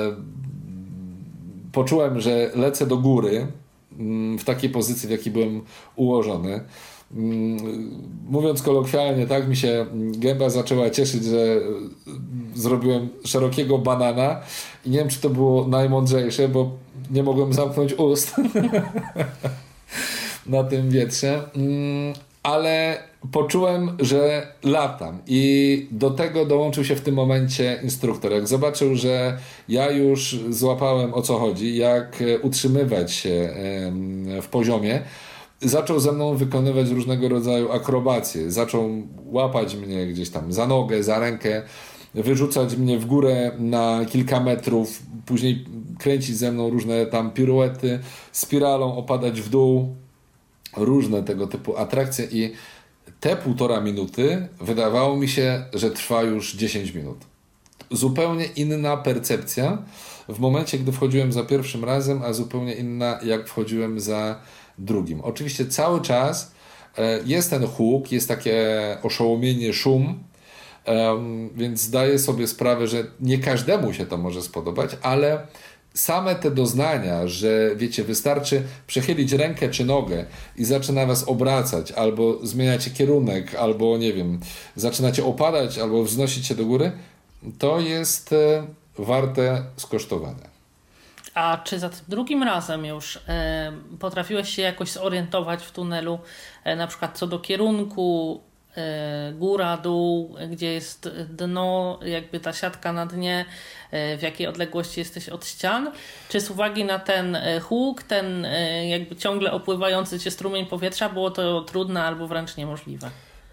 poczułem, że lecę do góry w takiej pozycji, w jakiej byłem ułożony. Mówiąc kolokwialnie, tak mi się gęba zaczęła cieszyć, że zrobiłem szerokiego banana i nie wiem, czy to było najmądrzejsze, bo nie mogłem zamknąć ust na tym wietrze, ale poczułem, że latam i do tego dołączył się w tym momencie instruktor. Jak zobaczył, że ja już złapałem, o co chodzi, jak utrzymywać się w poziomie, zaczął ze mną wykonywać różnego rodzaju akrobacje. Zaczął łapać mnie gdzieś tam za nogę, za rękę, wyrzucać mnie w górę na kilka metrów, później kręcić ze mną różne tam piruety, spiralą opadać w dół, różne tego typu atrakcje i te 1,5 minuty wydawało mi się, że trwa już 10 minut. Zupełnie inna percepcja w momencie, gdy wchodziłem za pierwszym razem, a zupełnie inna, jak wchodziłem za drugim. Oczywiście cały czas jest ten huk, jest takie oszołomienie, szum, więc zdaję sobie sprawę, że nie każdemu się to może spodobać, ale same te doznania, że wiecie, wystarczy przechylić rękę czy nogę i zaczyna was obracać, albo zmieniacie kierunek, albo nie wiem, zaczynacie opadać, albo wznosić się do góry, to jest warte skosztowania. A czy za tym drugim razem już potrafiłeś się jakoś zorientować w tunelu, na przykład co do kierunku, góra, dół, gdzie jest dno, jakby ta siatka na dnie, w jakiej odległości jesteś od ścian? Czy z uwagi na ten huk, ten jakby ciągle opływający cię strumień powietrza, było to trudne albo wręcz niemożliwe?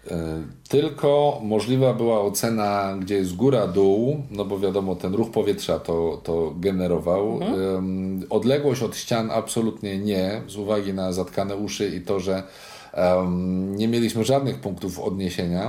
Tylko możliwa była ocena, gdzie jest góra, dół, no bo wiadomo, ten ruch powietrza to generował. Odległość od ścian absolutnie nie, z uwagi na zatkane uszy i to, że nie mieliśmy żadnych punktów odniesienia.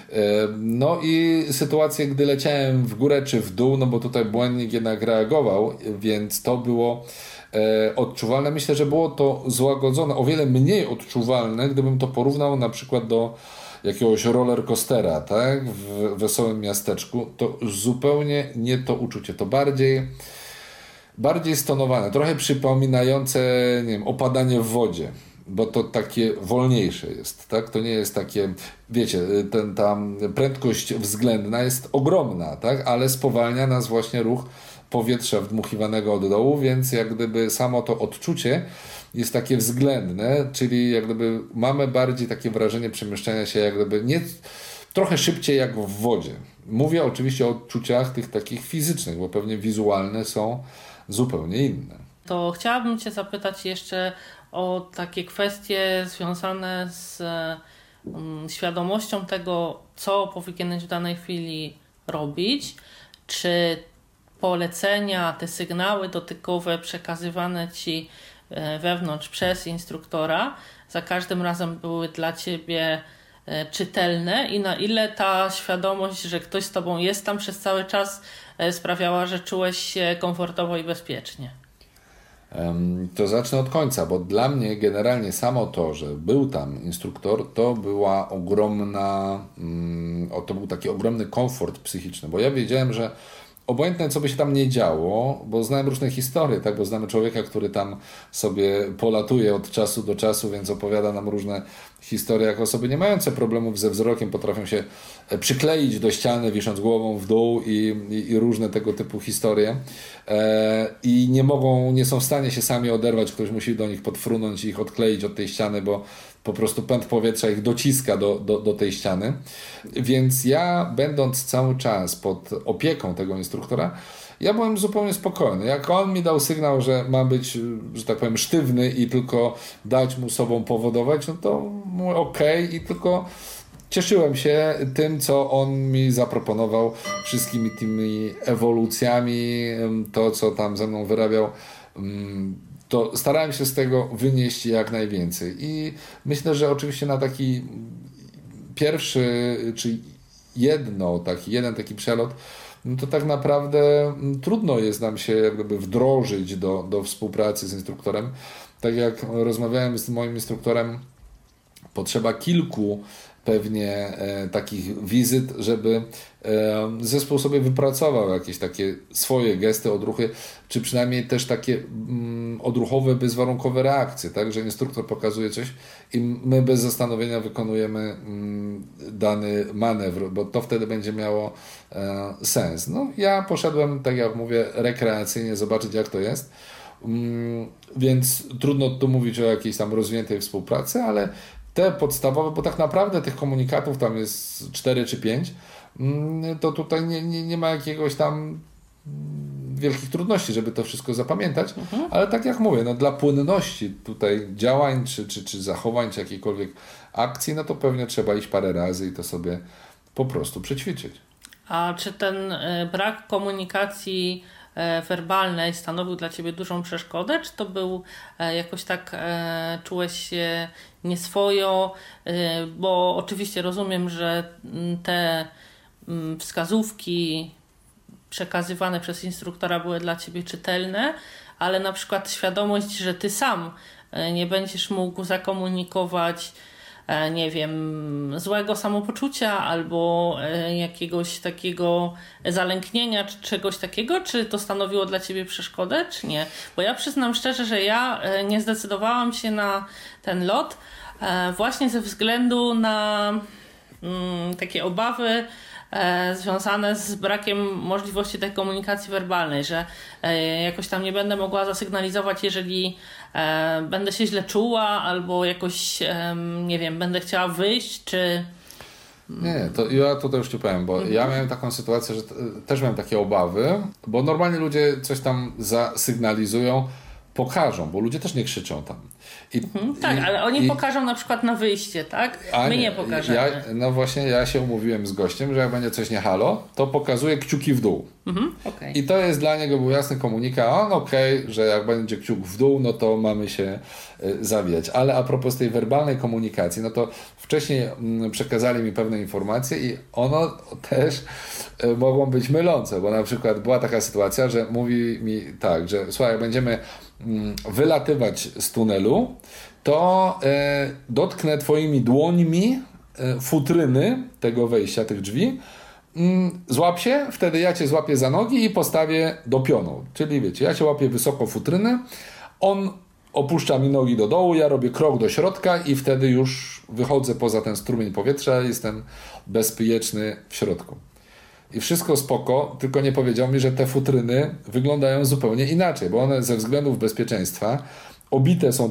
No i sytuacje, gdy leciałem w górę czy w dół, no bo tutaj błędnik jednak reagował, więc to było odczuwalne. Myślę, że było to złagodzone, o wiele mniej odczuwalne, gdybym to porównał na przykład do jakiegoś roller coastera, tak? W wesołym miasteczku. To zupełnie nie to uczucie. To bardziej stonowane, trochę przypominające, nie wiem, opadanie w wodzie, bo to takie wolniejsze jest, tak? To nie jest takie, wiecie, ta prędkość względna jest ogromna, tak? Ale spowalnia nas właśnie ruch powietrza wdmuchiwanego od dołu, więc jak gdyby samo to odczucie jest takie względne, czyli jak gdyby mamy bardziej takie wrażenie przemieszczania się jak gdyby nie trochę szybciej jak w wodzie. Mówię oczywiście o odczuciach tych takich fizycznych, bo pewnie wizualne są zupełnie inne. To chciałabym Cię zapytać jeszcze o takie kwestie związane z świadomością tego, co powinieneś w danej chwili robić? Czy polecenia, te sygnały dotykowe przekazywane Ci wewnątrz przez instruktora za każdym razem były dla Ciebie czytelne i na ile ta świadomość, że ktoś z Tobą jest tam przez cały czas sprawiała, że czułeś się komfortowo i bezpiecznie? To zacznę od końca, bo dla mnie generalnie samo to, że był tam instruktor, to była ogromna, to był taki ogromny komfort psychiczny, bo ja wiedziałem, że obojętne co by się tam nie działo, bo znałem różne historie, tak, bo znamy człowieka, który tam sobie polatuje od czasu do czasu, więc opowiada nam różne historie, jak osoby nie mające problemów ze wzrokiem potrafią się przykleić do ściany, wisząc głową w dół i różne tego typu historie i nie są w stanie się sami oderwać, ktoś musi do nich podfrunąć i ich odkleić od tej ściany, bo po prostu pęd powietrza ich dociska do tej ściany. Więc ja, będąc cały czas pod opieką tego instruktora, ja byłem zupełnie spokojny. Jak on mi dał sygnał, że ma być, że tak powiem, sztywny i tylko dać mu sobą powodować, no to mówię okej, i tylko cieszyłem się tym, co on mi zaproponował, wszystkimi tymi ewolucjami, to co tam ze mną wyrabiał, to starałem się z tego wynieść jak najwięcej. I myślę, że oczywiście na taki pierwszy, czy jeden taki przelot, no to tak naprawdę trudno jest nam się jak gdyby wdrożyć do współpracy z instruktorem. Tak jak rozmawiałem z moim instruktorem, potrzeba kilku pewnie takich wizyt, żeby zespół sobie wypracował jakieś takie swoje gesty, odruchy, czy przynajmniej też takie odruchowe, bezwarunkowe reakcje, tak, że instruktor pokazuje coś i my bez zastanowienia wykonujemy dany manewr, bo to wtedy będzie miało sens. No, ja poszedłem, tak jak mówię, rekreacyjnie zobaczyć, jak to jest. Więc trudno tu mówić o jakiejś tam rozwiniętej współpracy, ale te podstawowe, bo tak naprawdę tych komunikatów tam jest 4 czy 5, to tutaj nie ma jakiegoś tam wielkich trudności, żeby to wszystko zapamiętać, ale tak jak mówię, no dla płynności tutaj działań, czy zachowań, czy jakiejkolwiek akcji, no to pewnie trzeba iść parę razy i to sobie po prostu przećwiczyć. A czy ten brak komunikacji werbalnej stanowił dla Ciebie dużą przeszkodę, czy to był jakoś tak, czułeś się nieswojo, bo oczywiście rozumiem, że te wskazówki przekazywane przez instruktora były dla Ciebie czytelne, ale na przykład świadomość, że Ty sam nie będziesz mógł zakomunikować, nie wiem, złego samopoczucia albo jakiegoś takiego zalęknienia czy czegoś takiego, czy to stanowiło dla Ciebie przeszkodę, czy nie? Bo ja przyznam szczerze, że ja nie zdecydowałam się na ten lot właśnie ze względu na takie obawy związane z brakiem możliwości tej komunikacji werbalnej, że jakoś tam nie będę mogła zasygnalizować, jeżeli będę się źle czuła albo jakoś, nie wiem, będę chciała wyjść, czy... Nie, to ja tutaj już Ci powiem, bo ja miałem taką sytuację, że też miałem takie obawy, bo normalnie ludzie coś tam zasygnalizują, pokażą, bo ludzie też nie krzyczą tam. Tak, ale oni pokażą na przykład na wyjście, tak? My nie pokażemy. No właśnie, ja się umówiłem z gościem, że jak będzie coś nie halo, to pokazuje kciuki w dół. Okay. I to jest dla niego był jasny komunikat, że jak będzie kciuk w dół, no to mamy się zawijać. Ale a propos tej werbalnej komunikacji, no to wcześniej przekazali mi pewne informacje i ono też mogą być mylące, bo na przykład była taka sytuacja, że mówi mi tak, że słuchaj, jak będziemy wylatywać z tunelu, to dotknę Twoimi dłońmi futryny tego wejścia, tych drzwi, złap się, wtedy ja Cię złapię za nogi i postawię do pionu. Czyli wiecie, ja Cię łapię wysoko futrynę, on opuszcza mi nogi do dołu, ja robię krok do środka i wtedy już wychodzę poza ten strumień powietrza, jestem bezpieczny w środku. I wszystko spoko, tylko nie powiedział mi, że te futryny wyglądają zupełnie inaczej, bo one ze względów bezpieczeństwa obite są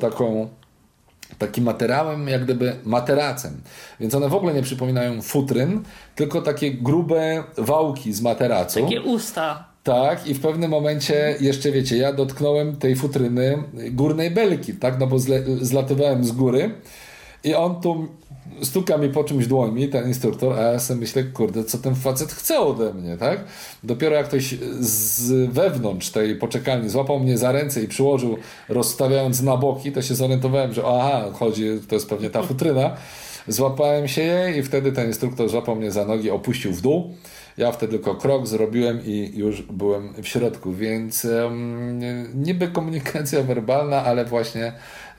takim materiałem, jak gdyby materacem. Więc one w ogóle nie przypominają futryn, tylko takie grube wałki z materacu. Takie usta. Tak, i w pewnym momencie jeszcze wiecie, ja dotknąłem tej futryny górnej belki, tak, no bo zlatywałem z góry I on tu stuka mi po czymś dłońmi, ten instruktor, a ja sobie myślę, kurde, co ten facet chce ode mnie, tak? Dopiero jak ktoś z wewnątrz tej poczekalni złapał mnie za ręce i przyłożył, rozstawiając na boki, to się zorientowałem, że to jest pewnie ta futryna. Złapałem się jej i wtedy ten instruktor złapał mnie za nogi, opuścił w dół. Ja wtedy tylko krok zrobiłem i już byłem w środku, więc niby komunikacja werbalna, ale właśnie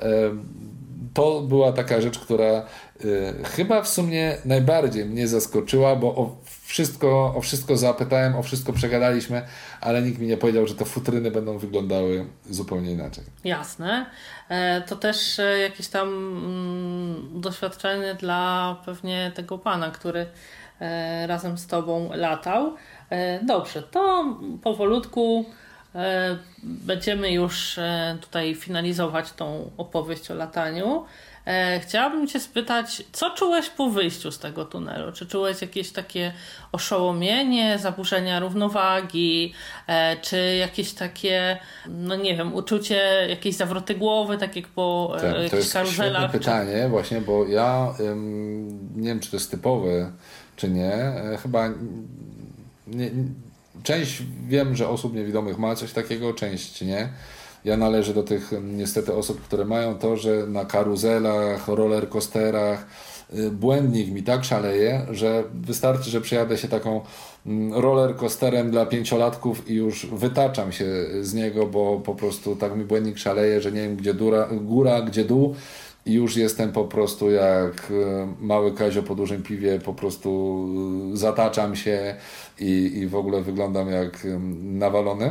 to była taka rzecz, która chyba w sumie najbardziej mnie zaskoczyła, bo o wszystko zapytałem, o wszystko przegadaliśmy, ale nikt mi nie powiedział, że te futryny będą wyglądały zupełnie inaczej. Jasne. To też jakieś tam doświadczenie dla pewnie tego pana, który razem z tobą latał. Dobrze, to powolutku będziemy już tutaj finalizować tą opowieść o lataniu. Chciałabym cię spytać, co czułeś po wyjściu z tego tunelu? Czy czułeś jakieś takie oszołomienie, zaburzenia równowagi, czy jakieś takie, no nie wiem, uczucie jakiejś zawroty głowy, tak jak po jakichś karuzelach? To jest świetne pytanie właśnie, bo ja nie wiem, czy to jest typowe, czy nie. Chyba nie. Część wiem, że osób niewidomych ma coś takiego, część nie. Ja należę do tych niestety osób, które mają to, że na karuzelach, rollercoasterach błędnik mi tak szaleje, że wystarczy, że przejadę się taką rollercoasterem dla 5-latków i już wytaczam się z niego, bo po prostu tak mi błędnik szaleje, że nie wiem gdzie góra, gdzie dół i już jestem po prostu jak mały Kazio po dużym piwie, po prostu zataczam się i w ogóle wyglądam jak nawalony.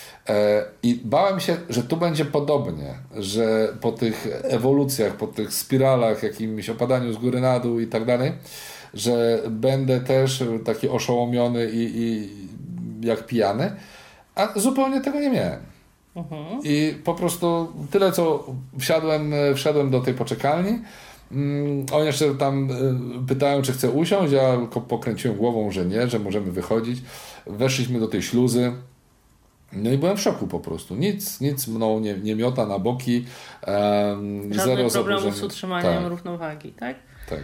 I bałem się, że tu będzie podobnie, że po tych ewolucjach, po tych spiralach, jakimś opadaniu z góry na dół i tak dalej, że będę też taki oszołomiony i jak pijany, a zupełnie tego nie miałem. I po prostu tyle, co wsiadłem do tej poczekalni, oni jeszcze tam pytają, czy chcę usiąść, ja tylko pokręciłem głową, że nie, że możemy wychodzić. Weszliśmy do tej śluzy. No i byłem w szoku po prostu. Nic mną nie miota na boki. Żadnych problemów z utrzymaniem równowagi, tak? Tak.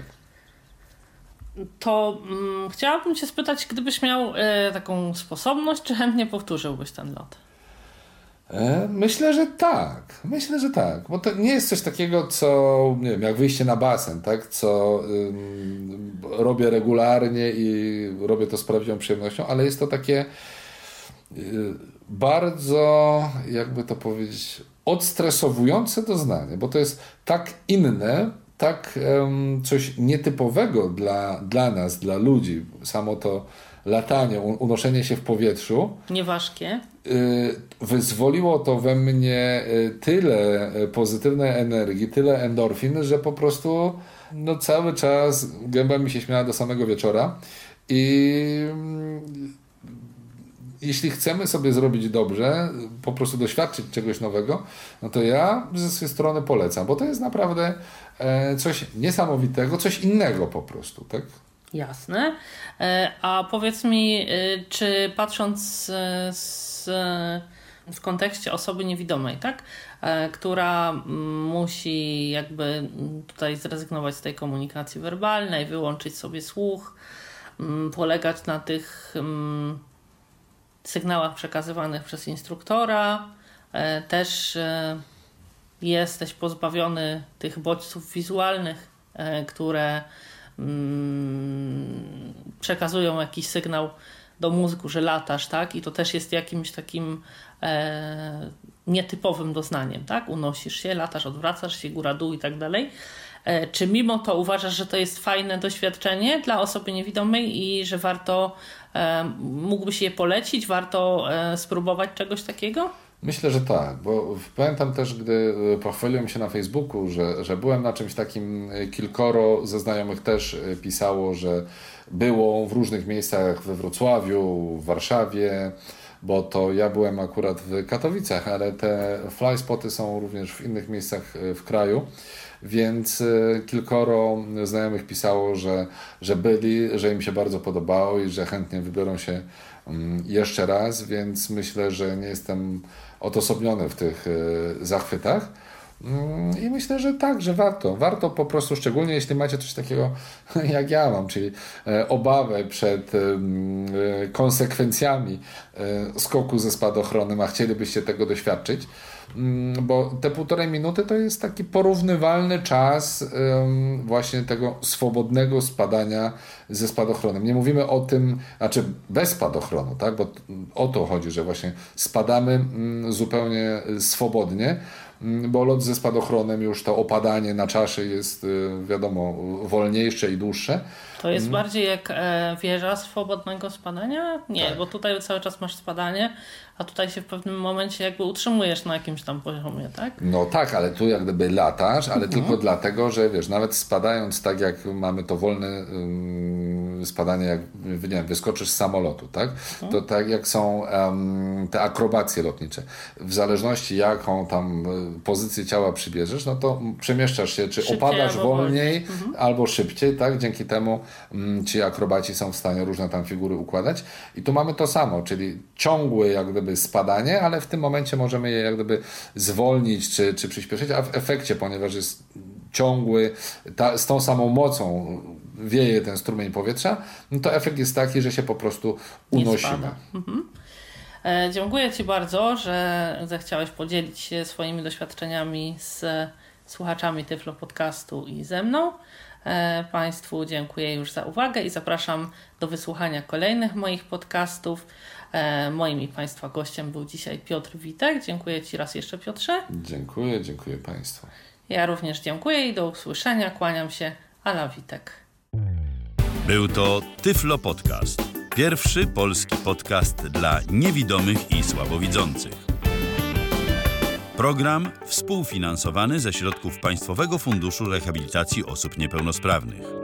To chciałabym cię spytać, gdybyś miał taką sposobność, czy chętnie powtórzyłbyś ten lot? Myślę, że tak. Bo to nie jest coś takiego, co nie wiem, jak wyjście na basen, tak? Co robię regularnie i robię to z prawdziwą przyjemnością, ale jest to takie bardzo, jakby to powiedzieć, odstresowujące doznanie, bo to jest tak inne, tak coś nietypowego dla nas, dla ludzi. Samo to latanie, unoszenie się w powietrzu. Nieważkie. Wyzwoliło to we mnie tyle pozytywnej energii, tyle endorfin, że po prostu cały czas gęba mi się śmiała do samego wieczora i jeśli chcemy sobie zrobić dobrze, po prostu doświadczyć czegoś nowego, no to ja ze swojej strony polecam, bo to jest naprawdę coś niesamowitego, coś innego po prostu, tak? Jasne. A powiedz mi, czy patrząc w kontekście osoby niewidomej, tak? Która musi jakby tutaj zrezygnować z tej komunikacji werbalnej, wyłączyć sobie słuch, polegać na tych sygnałach przekazywanych przez instruktora, też jesteś pozbawiony tych bodźców wizualnych, które przekazują jakiś sygnał do mózgu, że latasz, tak? I to też jest jakimś takim nietypowym doznaniem, tak? Unosisz się, latasz, odwracasz się, góra, dół i tak dalej. Czy mimo to uważasz, że to jest fajne doświadczenie dla osoby niewidomej i że warto, mógłbyś je polecić, warto spróbować czegoś takiego? Myślę, że tak, bo pamiętam też, gdy pochwaliłem się na Facebooku, że byłem na czymś takim, kilkoro ze znajomych też pisało, że było w różnych miejscach we Wrocławiu, w Warszawie, bo to ja byłem akurat w Katowicach, ale te fly spoty są również w innych miejscach w kraju, więc kilkoro znajomych pisało, że byli, że im się bardzo podobało i że chętnie wybiorą się jeszcze raz, więc myślę, że nie jestem odosobniony w tych zachwytach. I myślę, że tak, że warto. Warto po prostu, szczególnie jeśli macie coś takiego jak ja mam, czyli obawę przed konsekwencjami skoku ze spadochronem, a chcielibyście tego doświadczyć. Bo te 1,5 minuty to jest taki porównywalny czas właśnie tego swobodnego spadania ze spadochronem. Nie mówimy o tym, znaczy bez spadochronu, tak? Bo o to chodzi, że właśnie spadamy zupełnie swobodnie, bo lot ze spadochronem, już to opadanie na czaszy jest, wiadomo, wolniejsze i dłuższe. To jest bardziej jak wieża swobodnego spadania? Nie, tak. Bo tutaj cały czas masz spadanie, a tutaj się w pewnym momencie jakby utrzymujesz na jakimś tam poziomie, tak? No tak, ale tu jak gdyby latasz, ale tylko dlatego, że wiesz, nawet spadając tak jak mamy to wolne spadanie, jak nie wiem, wyskoczysz z samolotu, tak? To tak jak są te akrobacje lotnicze. W zależności jaką tam pozycję ciała przybierzesz, no to przemieszczasz się, czy szybciej opadasz wolniej albo szybciej, tak? Dzięki temu ci akrobaci są w stanie różne tam figury układać. I tu mamy to samo, czyli ciągłe jak gdyby spadanie, ale w tym momencie możemy je jak gdyby zwolnić czy przyspieszyć, a w efekcie, ponieważ jest ciągły, z tą samą mocą wieje ten strumień powietrza, no to efekt jest taki, że się po prostu unosimy. Dziękuję Ci bardzo, że zechciałeś podzielić się swoimi doświadczeniami z słuchaczami Tyflo Podcastu i ze mną. Państwu dziękuję już za uwagę i zapraszam do wysłuchania kolejnych moich podcastów. Moim i Państwa gościem był dzisiaj Piotr Witek. Dziękuję Ci raz jeszcze, Piotrze. Dziękuję Państwu. Ja również dziękuję i do usłyszenia. Kłaniam się, Ala Witek. Był to Tyflo Podcast. Pierwszy polski podcast dla niewidomych i słabowidzących. Program współfinansowany ze środków Państwowego Funduszu Rehabilitacji Osób Niepełnosprawnych.